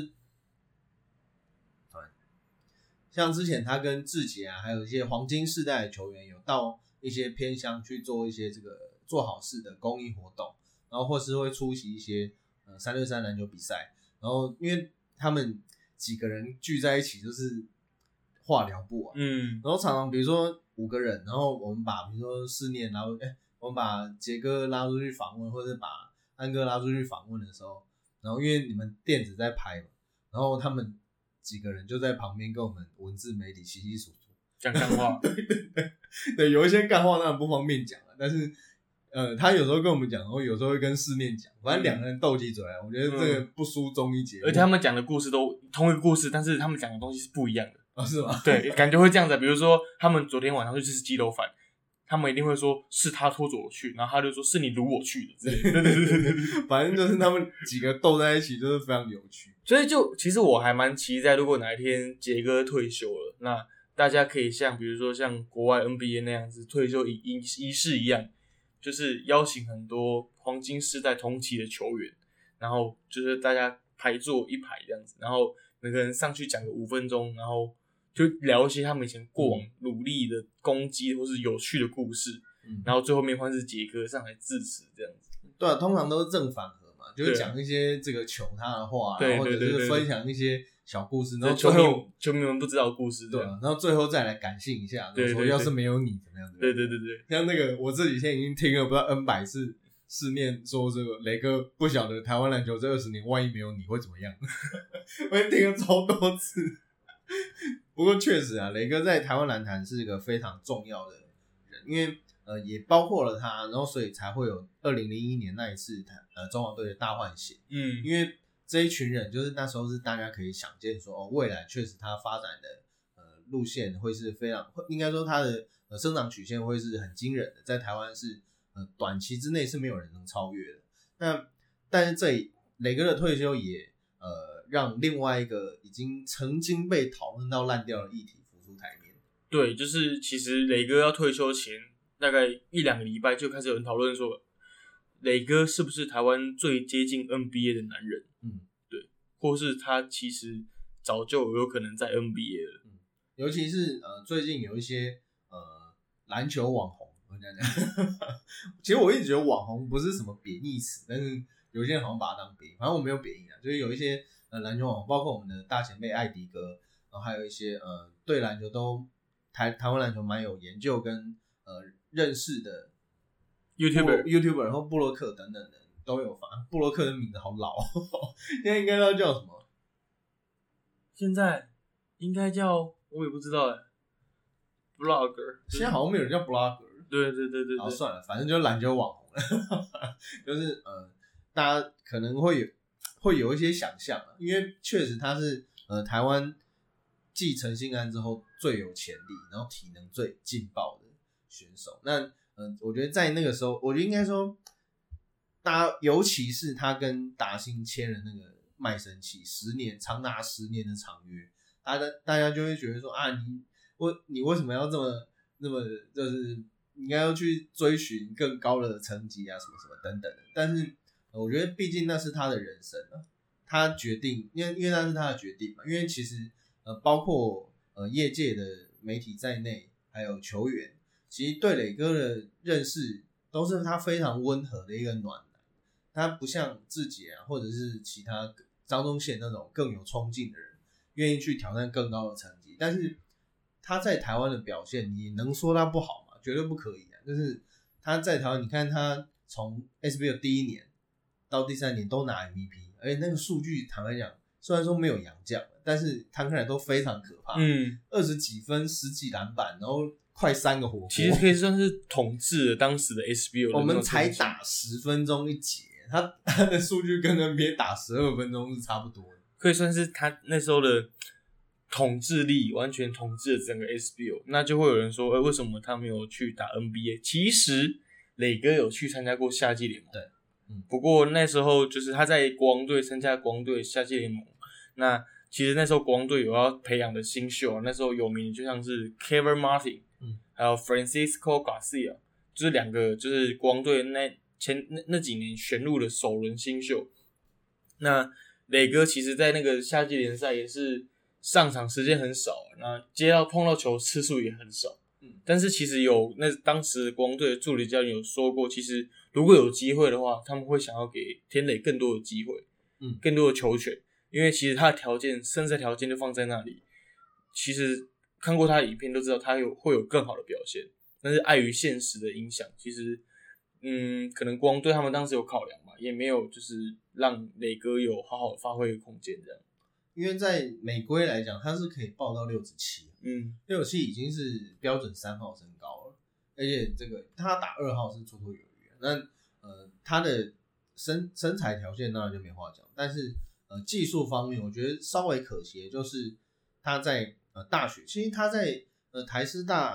像之前他跟志杰啊，还有一些黄金世代的球员，有到一些偏乡去做一些这个做好事的公益活动，然后或是会出席一些呃三对三篮球比赛，然后因为他们几个人聚在一起，就是话聊不完，嗯，然后常常比如说五个人，然后我们把比如说思念，然后哎，我们把杰哥拉出去访问，或者把安哥拉出去访问的时候，然后因为你们电子在拍嘛，然后他们几个人就在旁边跟我们文字媒体稀稀疏疏讲干话， 对对对对，有一些干话当然不方便讲了，但是呃，他有时候跟我们讲，然后有时候会跟思念讲，反正两个人斗起嘴来，我觉得这个不输综艺节目， 而且他们讲的故事都同一个故事，但是他们讲的东西是不一样的。 哦，是吗？ 对，感觉会这样子。比如说，他们昨天晚上去吃鸡肉饭，他他们一定会说是他拖着我去，然后他就说是你掳我去的之类的。对对对对对， 反正就是他们几个斗在一起，就是非常有趣。 所以就其实我还蛮期待，如果哪一天杰哥退休了，那大家可以像比如说像国外 N B A 那样子退休仪仪式一样，就是邀请很多黄金世代同期的球员，然后就是大家排坐一排这样子，然后每个人上去讲个五分钟，然后就聊一些他们以前过往努力的攻击或是有趣的故事，嗯、然后最后面换是杰哥上来致辞这样子。 对啊，通常都是正反合嘛，就是讲一些这个求他的话， 对或者是分享一些小故事，然后最后球迷球迷们不知道的故事， 对、啊，然后最后再来感性一下， 对对对， 说要是没有你怎么样怎么样。 对对对对， 像那个我这几天已经听了不知道 N 百次思念，说这个雷哥不晓得台湾篮球这二十年万一没有你会怎么样，我已经听了超多次。不过确实啊，雷哥在台湾篮坛是一个非常重要的人，因为呃也包括了他，然后所以才会有二零零一年那一次呃中华队的大换血。嗯，因为这一群人就是那时候是大家可以想见说哦，未来确实他发展的呃路线会是非常，应该说他的呃生长曲线会是很惊人的，在台湾是呃短期之内是没有人能超越的。那但是这雷哥的退休也呃让另外一个已经曾经被讨论到烂掉的议题浮出台面。 对，就是其实雷哥要退休前大概一两个礼拜就开始有人讨论说，雷哥是不是台湾最接近 N B A 的男人？嗯，对，或是他其实早就有可能在 N B A 了。 嗯，尤其是呃最近有一些呃篮球网红，我讲讲，其实我一直觉得网红不是什么贬义词，但是有些人好像把它当贬义，反正我没有贬义啊，就是有一些呃篮球网红，包括我们的大前辈艾迪哥，然后还有一些呃对篮球都台台湾篮球蛮有研究跟呃认识的 YouTuber YouTuber 或部落客等等的都有发。部落客的名字好老，现在应该要叫什么？ 现在应该叫我也不知道哎 ，Blogger。 现在好像没有人叫 Blogger。 对对对对。 好，算了，反正就是篮球网红了，就是呃，大家可能会有会有一些想象，因为确实他是呃台湾继陈信安之后最有潜力，然后体能最劲爆的选手。那呃，我觉得在那个时候，我觉得应该说，大家尤其是他跟达兴签了那个卖身契，十年长达十年的长约，大家大家就会觉得说啊，你我你为什么要这么那么就是应该要去追寻更高的成绩啊，什么什么等等的。但是、呃、我觉得毕竟那是他的人生啊，他决定，因为因为那是他的决定嘛。因为其实呃，包括呃业界的媒体在内，还有球员，其实对磊哥的认识都是他非常温和的一个暖男。他不像志杰啊，或者是其他张宗宪那种更有冲劲的人，愿意去挑战更高的成绩。但是他在台湾的表现，你能说他不好吗？绝对不可以啊！就是他在台湾，你看他从 S B L 第一年到第三年都拿 M V P， 而且那个数据坦白讲，虽然说没有洋将，但是摊开来都非常可怕。嗯，二十几分，十几篮板，然后快三个火锅， 其实可以算是统治了当时的 S B L 的。 我们才打十分钟一节，他他的数据跟 N B A 打十二分钟是差不多的， 可以算是他那时候的统治力完全统治了整个 S B L。 那就会有人说、欸、为什么他没有去打 N B A？ 其实磊哥有去参加过夏季联盟， 对、嗯， 不过那时候就是他在国王队参加国王队夏季联盟，那其实那时候国王队有要培养的新秀，那时候有名的就像是 Kevin Martin、嗯、还有 Francisco Garcia， 就是两个就是国王队那前 那, 那几年选入的首轮新秀。那磊哥其实在那个夏季联赛也是上场时间很少，那接到碰到球次数也很少。嗯，但是其实有那当时国王队的助理教练有说过，其实如果有机会的话，他们会想要给天磊更多的机会，嗯，更多的球权，因为其实他的条件身材条件就放在那里。其实看过他的影片都知道他有会有更好的表现，但是碍于现实的影响，其实嗯，可能国王队他们当时有考量嘛，也没有就是让磊哥有好好发挥的空间这样。 因为在美规来讲，他是可以报到六十七，嗯，六十七已经是标准三号身高了，而且这个他打二号是绰绰有余。那呃，他的身身材条件当然就没话讲，但是呃，技术方面，我觉得稍微可惜的就是他在呃大学，其实他在呃台师大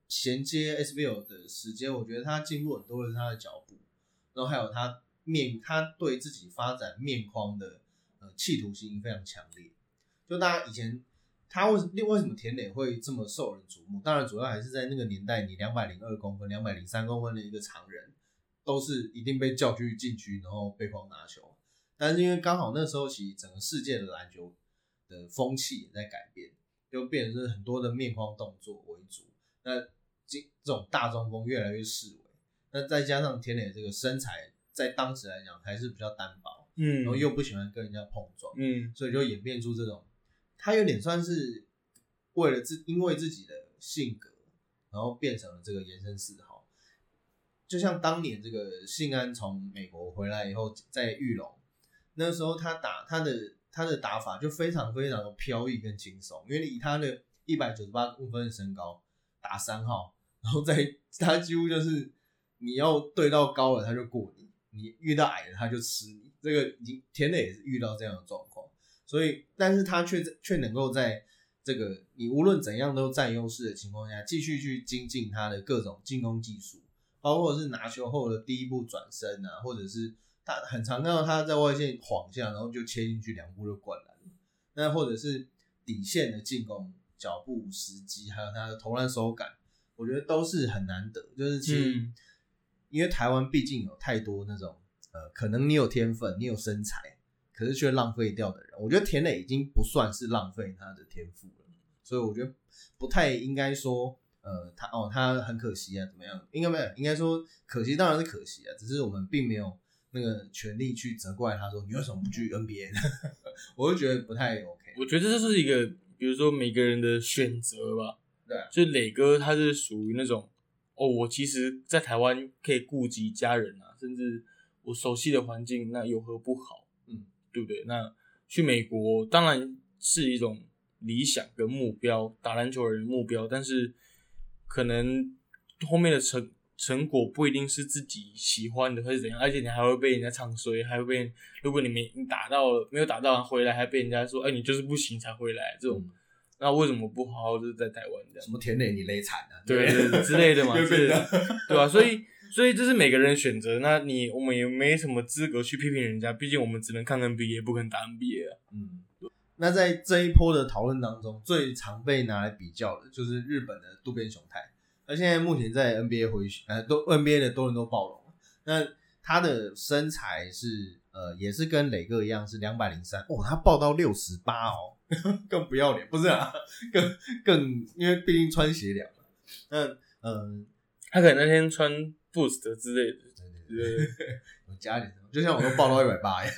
衔接 S B L 的时间，我觉得他进步很多的是他的脚步，然后还有他面他对自己发展面框的呃企图心非常强烈。就大家以前他为为什么田磊会这么受人瞩目？当然主要还是在那个年代，你两百零二公分、两百零三公分的一个常人，都是一定被叫去禁区，然后被框拿球。但是因为刚好那时候其实整个世界的篮球的风气也在改变，就变成是很多的面框动作为主。那这种大中锋越来越式微，那再加上田磊这个身材，在当时来讲还是比较单薄，嗯，然后又不喜欢跟人家碰撞，嗯，所以就演变出这种，他有点算是为了自因为自己的性格，然后变成了这个延伸四号。就像当年这个信安从美国回来以后，在裕隆。那时候他打他的他的打法就非常非常的飘逸跟轻松，因为以他的一百九十八公分的身高打三号，然后在他几乎就是你要对到高了他就过你，你遇到矮了他就吃你。这个已经田磊也是遇到这样的状况，所以但是他却却能够在这个你无论怎样都占优势的情况下，继续去精进他的各种进攻技术，包括是拿球后的第一步转身啊，或者是他很常看到他在外线晃下，然后就切进去两步就灌篮。那或者是底线的进攻脚步时机，还有他的投篮手感，我觉得都是很难得。就是其实、嗯、因为台湾毕竟有太多那种呃，可能你有天分，你有身材，可是却浪费掉的人。我觉得田磊已经不算是浪费他的天赋了，所以我觉得不太应该说呃，他哦他很可惜啊怎么样？应该没有，应该说可惜当然是可惜啊，只是我们并没有那个权利去责怪他说你为什么不去 N B A 呢？我就觉得不太 OK。 我觉得这是一个，比如说每个人的选择吧。 对、啊， 就磊哥他是属于那种，哦，我其实在台湾可以顾及家人啊，甚至我熟悉的环境，那有何不好？嗯，对不对？那去美国当然是一种理想跟目标，打篮球的人的目标，但是可能后面的成成果不一定是自己喜欢的，或是怎样，而且你还会被人家唱衰，还会被如果你没你打到了没有打到回来，还被人家说，哎，你就是不行才回来这种。嗯，那为什么不好好就是在台湾这样？ 什么田磊你累惨啊？ 对对对之类的嘛，是，对吧、啊？所以所以这是每个人的选择。那你我们也没什么资格去批评人家，毕竟我们只能看 N B A， 不可能打 N B A 啊。 嗯，那在这一波的讨论当中，最常被拿来比较的就是日本的渡边雄太。那现在目前在 N B A 回呃都 N B A 的多伦多暴龙，那他的身材是呃也是跟磊哥一样是两百零三，哦，他爆到六十八哦。更不要脸，不是啊，更更因为毕竟穿鞋量嘛。那嗯、呃， 他可能那天穿 Boost 之类的， 对对对，我加点什么，就像我都爆到一百八一样。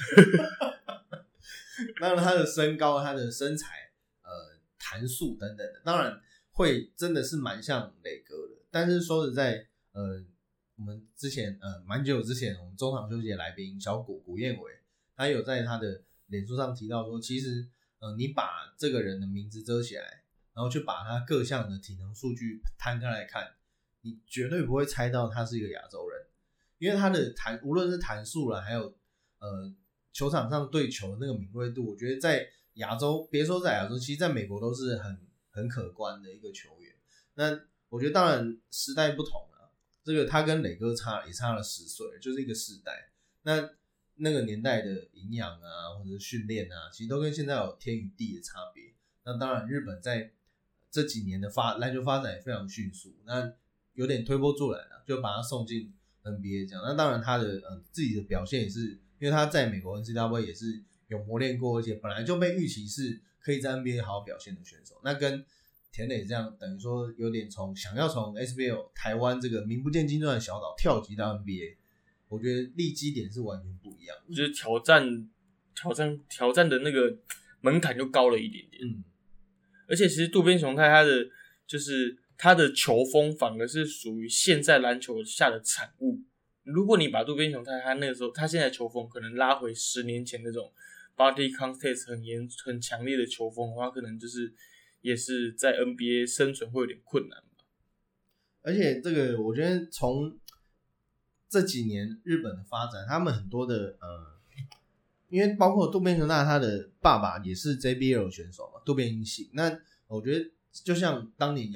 当然他的身高、他的身材、呃弹速等等的，当然会真的是蛮像磊哥的。但是说实在，呃，我们之前呃蛮久之前，我们中场休息的来宾小古古彦伟，他有在他的脸书上提到说，其实。呃，你把这个人的名字遮起来，然后去把他各项的体能数据摊开来看，你绝对不会猜到他是一个亚洲人，因为他的弹，无论是弹速啦，还有呃球场上对球的那个敏锐度，我觉得在亚洲，别说在亚洲，其实在美国都是很很可观的一个球员。那我觉得当然时代不同了，这个他跟磊哥差也差了十岁，就是一个世代。那那个年代的营养啊，或者是训练啊，其实都跟现在有天与地的差别。那当然，日本在这几年的发篮球发展也非常迅速，那有点推波助澜了，就把他送进 N B A 这样。那当然，他的呃自己的表现也是，因为他在美国 N C double A 也是有磨练过，而且本来就被预期是可以在 N B A 好好表现的选手。那跟田磊这样，等于说有点从想要从 S B L 台湾这个名不见经传的小岛跳级到 N B A。我觉得立基点是完全不一样的， 就是挑战、挑战、挑战的那个门槛就高了一点点。嗯，而且其实渡边雄太他的就是他的球风反而是属于现在篮球下的产物。如果你把渡边雄太他那个时候他现在球风可能拉回十年前那种 body contest 很严很强烈的球风的话，可能就是也是在 N B A 生存会有点困难吧。 而且这个我觉得从这几年日本的发展，他们很多的呃，因为包括渡边雄太他的爸爸也是 J B L 选手嘛，渡边英信。那我觉得就像当年姚明一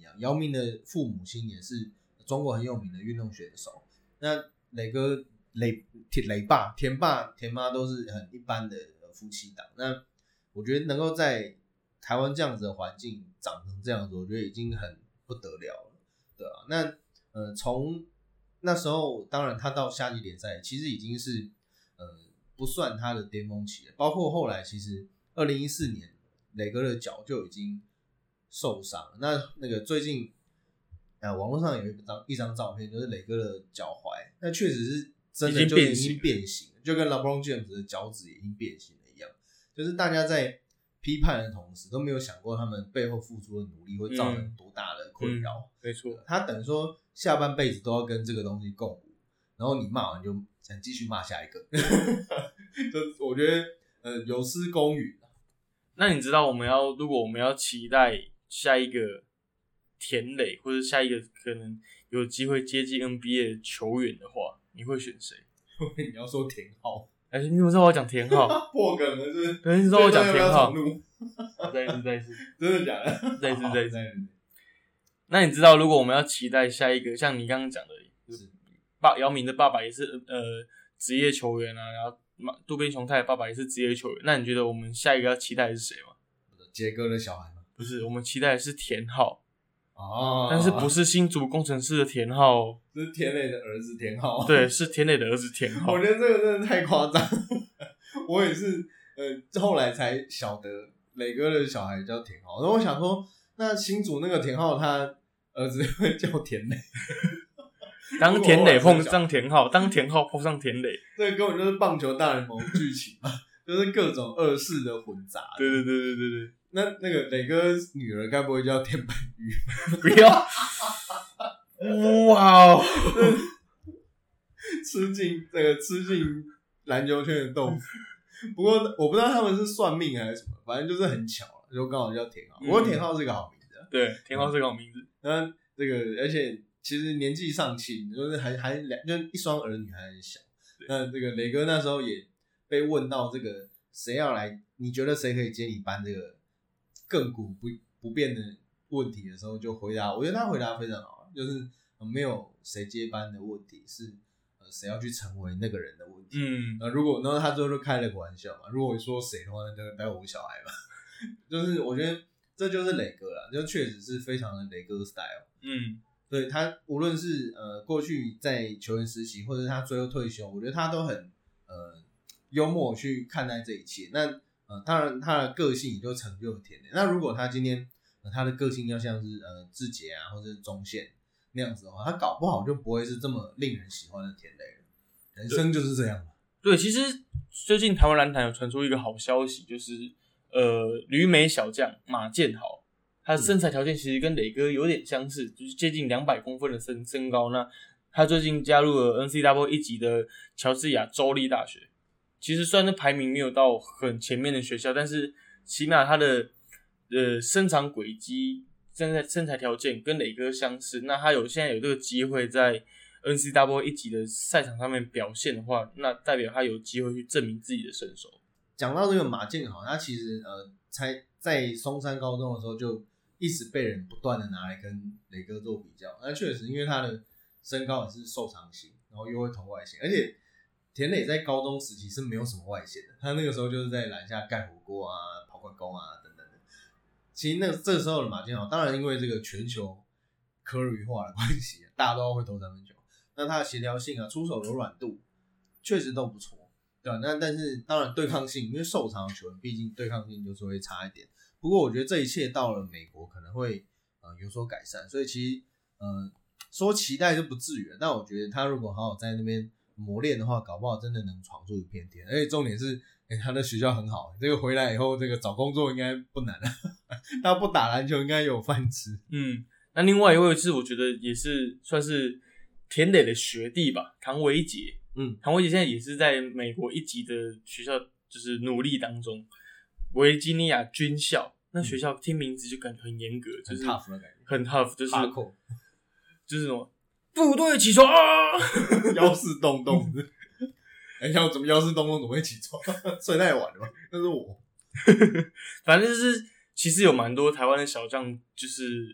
样。姚明的父母亲也是中国很有名的运动选手。那磊哥、磊磊爸、田爸、田妈都是很一般的夫妻档。那我觉得能够在台湾这样子的环境长成这样子，我觉得已经很不得了了，对啊。那呃，从那时候，当然他到夏季联赛，其实已经是呃不算他的巅峰期了。包括后来，其实二零一四年磊哥的脚就已经受伤了。那那个最近，呃，网络上有一张一张照片，就是磊哥的脚踝，那确实是真的就已经变形了，就跟 LeBron James 的脚趾已经变形了一样。就是大家在批判的同时，都没有想过他们背后付出的努力会造成多大的困扰。 嗯嗯、没错， 他等于说下半辈子都要跟这个东西共舞，然后你骂完就想继续骂下一个，就我觉得呃有失公允。 那你知道我们要如果我们要期待下一个田磊或者下一个可能有机会接近 N B A 的球员的话，你会选谁？ 你要说田浩。 哎、欸，你怎么知道我要讲田浩？ 破梗了是不是？ 对，你知道我讲田浩。再一次，再一次， 真的假的？ 再一次，再一次。那你知道，如果我们要期待下一个，像你刚刚讲的，就是爸姚明的爸爸也是呃职业球员啊，然后渡边雄太的爸爸也是职业球员，那你觉得我们下一个要期待的是谁吗？ 杰哥的小孩吗？ 不是，我们期待的是田浩。 哦， 但是不是新竹工程师的田浩， 是田磊的儿子田浩。 对，是田磊的儿子田浩。 我觉得这个真的太夸张，我也是呃后来才晓得磊哥的小孩叫田浩。然后我想说，那新竹那个田浩他儿子会叫田磊， 当田磊碰上田浩，当田浩碰上田磊， 这个根本就是棒球大联盟剧情嘛，就是各种二世的混杂。 对对对对对对。 那那个磊哥女儿该不会叫田本玉？ 不要！哇哦， 吃进这个吃进篮球圈的豆腐。不过我不知道他们是算命还是什么，反正就是很巧，就刚好叫田浩。不过田浩是个好名字、啊， 对，田浩是个好名字。 那这个而且其实年纪尚轻，就是还还两就一双儿女还很小。那这个磊哥那时候也被问到这个谁要来，你觉得谁可以接你班这个亘古不不变的问题的时候，就回答，我觉得他回答非常好，就是没有谁接班的问题，是呃谁要去成为那个人的问题。 嗯， 呃，如果然后他最后就开了个玩笑嘛，如果说谁的话，那就待会我小孩嘛。就是我觉得这就是磊哥啦，就确实是非常的磊哥 style。 嗯， 对他无论是呃过去在球员时期，或者他最后退休，我觉得他都很呃幽默去看待这一切。那呃，当然他的个性也就成就了田磊。那如果他今天、呃、他的个性要像是呃志杰啊，或者是中线那样子的话，他搞不好就不会是这么令人喜欢的田磊了。人生就是这样嘛。 对，其实最近台湾篮坛有传出一个好消息，就是呃旅美小将马建豪，他的身材条件其实跟磊哥有点相似，就是接近两百公分的身身高。那他最近加入了 N C A A 一级的乔治亚州立大学。其实虽然那排名没有到很前面的学校，但是起码他的呃生长轨迹、身材身材条件跟磊哥相似。那他有现在有这个机会在 N C A A 一级的赛场上面表现的话，那代表他有机会去证明自己的身手。 讲到这个马建豪，他其实呃才在松山高中的时候就一直被人不断的拿来跟磊哥做比较。那确实因为他的身高也是瘦长型，然后又会投外线，而且田磊在高中时期是没有什么外线的，他那个时候就是在篮下盖火锅啊、跑快攻啊等等的。其实那个这个时候的马建豪，当然因为这个全球科瑞化的关系，大家都会投三分球，那他的协调性啊、出手柔软度确实都不错，对吧？那但是当然对抗性，因为受伤的球员毕竟对抗性就是会差一点。不过我觉得这一切到了美国可能会呃有所改善，所以其实呃说期待就不至于了，但我觉得他如果好好在那边磨练的话，搞不好真的能闯出一片天。而且重点是，欸、他的学校很好，这个回来以后，这个找工作应该不难了。他不打篮球应该有饭吃。 嗯，那另外一位是我觉得也是算是田磊的学弟吧，唐维杰。 嗯， 唐维杰现在也是在美国一级的学校，就是努力当中，维吉尼亚军校。那学校听名字就感觉很严格，就是 tough 的感觉， 很 tough， 就是 hardcore， 就是什么部队起床啊， 腰式洞洞。哎、欸，要怎么腰式洞洞怎么会起床？睡太晚了吧？那是我。 反正就是其实有蛮多台湾的小将，就是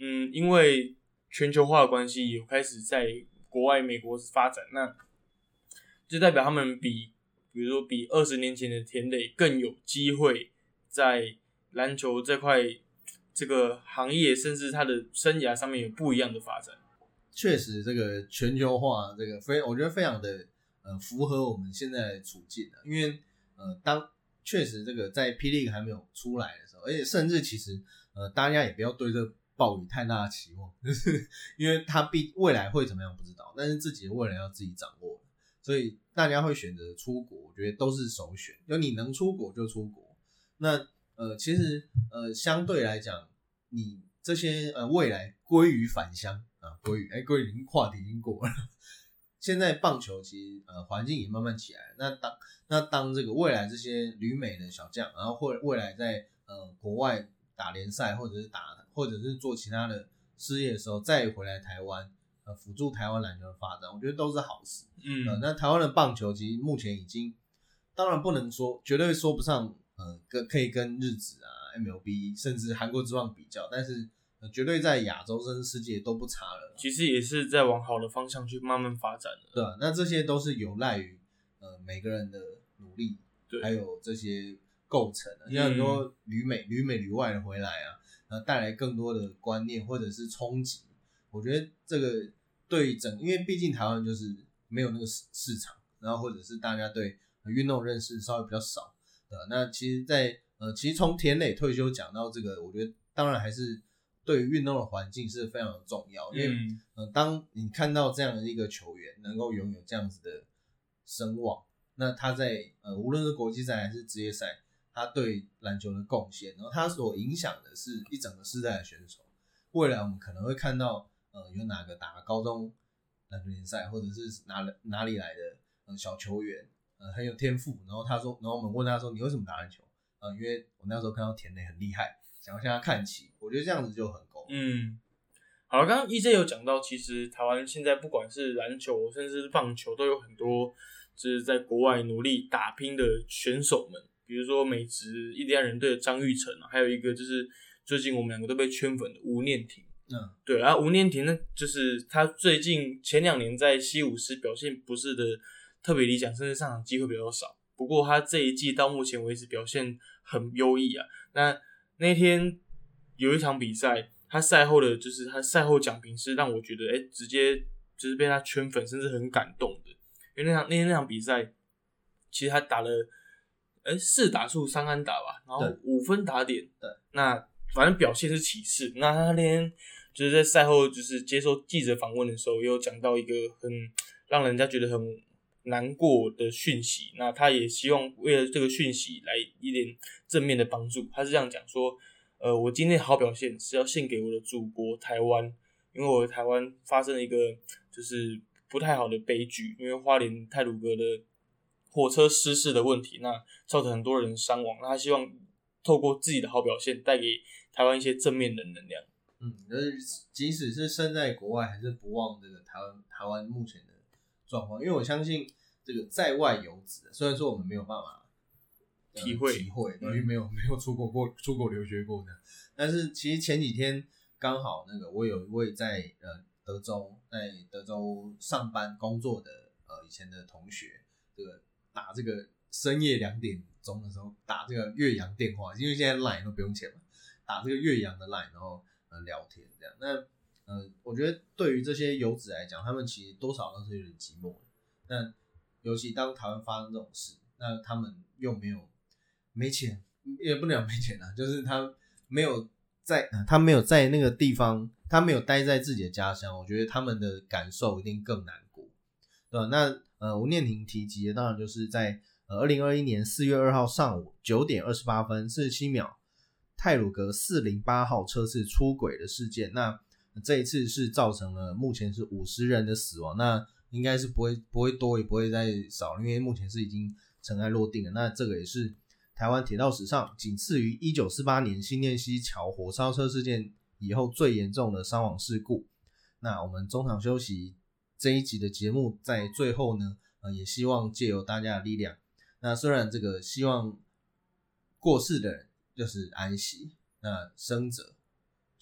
嗯，因为全球化的关系，有开始在国外美国发展，那就代表他们比，比如说比二十年前的田磊更有机会在篮球这块这个行业，甚至他的生涯上面有不一样的发展。 确实，这个全球化，这个非我觉得非常的呃符合我们现在的处境的，因为呃当确实这个在 P. League 还没有出来的时候，而且甚至其实呃大家也不要对这抱有太大的期望，就是因为他必未来会怎么样不知道，但是自己的未来要自己掌握，所以大家会选择出国，我觉得都是首选，就你能出国就出国。那呃其实呃相对来讲，你这些呃未来归于返乡啊，归于哎归于话题已经过了。现在棒球其实呃环境也慢慢起来了，那当那当这个未来这些旅美的小将，然后或未来在呃国外打联赛或者是打或者是做其他的事业的时候，再回来台湾呃辅助台湾篮球的发展，我觉得都是好事。 嗯， 呃、那台湾的棒球其实目前已经，当然不能说绝对说不上呃跟可以跟日职啊 M L B 甚至韩国职棒比较，但是呃绝对在亚洲甚至世界都不差了。 其实也是在往好的方向去慢慢发展的。 对啊，那这些都是有赖于呃每个人的努力， 对， 还有这些构成的。像很多旅美、旅美、旅外的回来啊，呃，带来更多的观念或者是冲击。我觉得这个对整，因为毕竟台湾就是没有那个市场，然后或者是大家对运动认识稍微比较少的。那其实在，在呃，其实从田磊退休讲到这个，我觉得当然还是对于运动的环境是非常的重要，因为、 嗯、 呃，当你看到这样的一个球员能够拥有这样子的声望，那他在呃无论是国际赛还是职业赛，他对篮球的贡献，然后他所影响的是一整个世代的选手。未来我们可能会看到，呃，有哪个打高中篮球联赛，或者是哪哪里来的呃小球员，呃很有天赋，然后他说，然后我们问他说你为什么打篮球？呃，因为我那时候看到田磊很厉害，想要向他看齐，我觉得这样子就很够。 嗯，好了，刚刚 E J 有讲到，其实台湾现在不管是篮球甚至是棒球，都有很多就是在国外努力打拼的选手们，比如说美职印第安人队的张育成啊，还有一个就是最近我们两个都被圈粉的吴念庭。 嗯， 对，然后吴念庭呢，就是他最近前两年在西武狮表现不是的特别理想，甚至上场机会比较少。不过他这一季到目前为止表现很优异啊。那那天有一场比赛，他赛后的就是他赛后讲评是让我觉得，哎，直接就是被他圈粉，甚至很感动的。因为那场那天那场比赛，其实他打了，哎，四打数三安打吧，然后五分打点。 对， 那反正表现是其次。那他那天就是在赛后就是接受记者访问的时候，也有讲到一个很让人家觉得很难过的讯息。那他也希望为了这个讯息来一点正面的帮助。他是这样讲说，呃，我今天好表现是要献给我的祖国台湾，因为我的台湾发生了一个就是不太好的悲剧，因为花莲太鲁阁的火车失事的问题，那造成很多人伤亡。那他希望透过自己的好表现，带给台湾一些正面的能量。 嗯，就是即使是身在国外，还是不忘这个台湾台湾目前的状况，因为我相信这个在外游子，虽然说我们没有办法、呃、 体会体会，因为没有、嗯、没有出国过、出国留学过的，但是其实前几天刚好那个我有一位在呃德州在德州上班工作的呃以前的同学，这个打这个深夜两点钟的时候打这个越洋电话，因为现在 Line 都不用钱嘛，打这个越洋的 Line， 然后。呃，聊天这样，那呃，我觉得对于这些游子来讲，他们其实多少都是有点寂寞的。那尤其当台湾发生这种事，那他们又没有没钱，也不能讲没钱啊，就是他没有在、呃，他没有在那个地方，他没有待在自己的家乡，我觉得他们的感受一定更难过，对吧？那呃，吴念庭提及的当然就是在呃二零二一年四月二号上午九点二十八分四十七秒。太鲁阁四零八号车次出轨的事件，那这一次是造成了目前是五十人的死亡，那应该是不会不会多也不会再少，因为目前是已经尘埃落定了。那这个也是台湾铁道史上仅次于一九四八年新店溪桥火烧车事件以后最严重的伤亡事故。那我们中场休息这一集的节目在最后呢，呃、也希望借由大家的力量，那虽然这个希望过世的人就是安息，那生者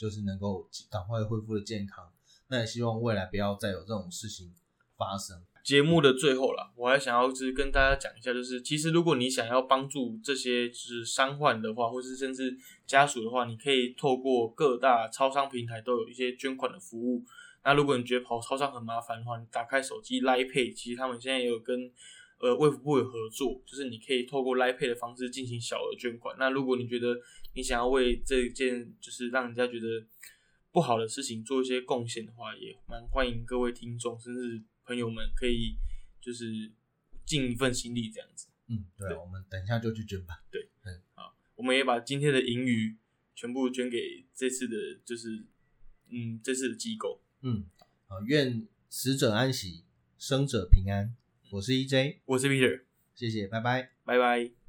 就是能够赶快恢复的健康。那也希望未来不要再有这种事情发生。 节目的最后啦，我还想要就是跟大家讲一下，就是其实如果你想要帮助这些就是伤患的话，或是甚至家属的话，你可以透过各大超商平台都有一些捐款的服务。那如果你觉得跑超商很麻烦的话，你打开手机 Line Pay， 其实他们现在也有跟呃卫福部有合作，就是你可以透过 Line Pay 的方式进行小额捐款。那如果你觉得你想要为这件就是让人家觉得不好的事情做一些贡献的话，也蛮欢迎各位听众甚至朋友们可以就是尽一份心力这样子。 嗯，对，对，我们等一下就去捐吧。 对，嗯，好，我们也把今天的盈余全部捐给这次的，就是嗯这次的机构。 嗯，好，愿死者安息，生者平安。我是 E J， 我是 Peter， 谢谢，拜拜， 拜拜。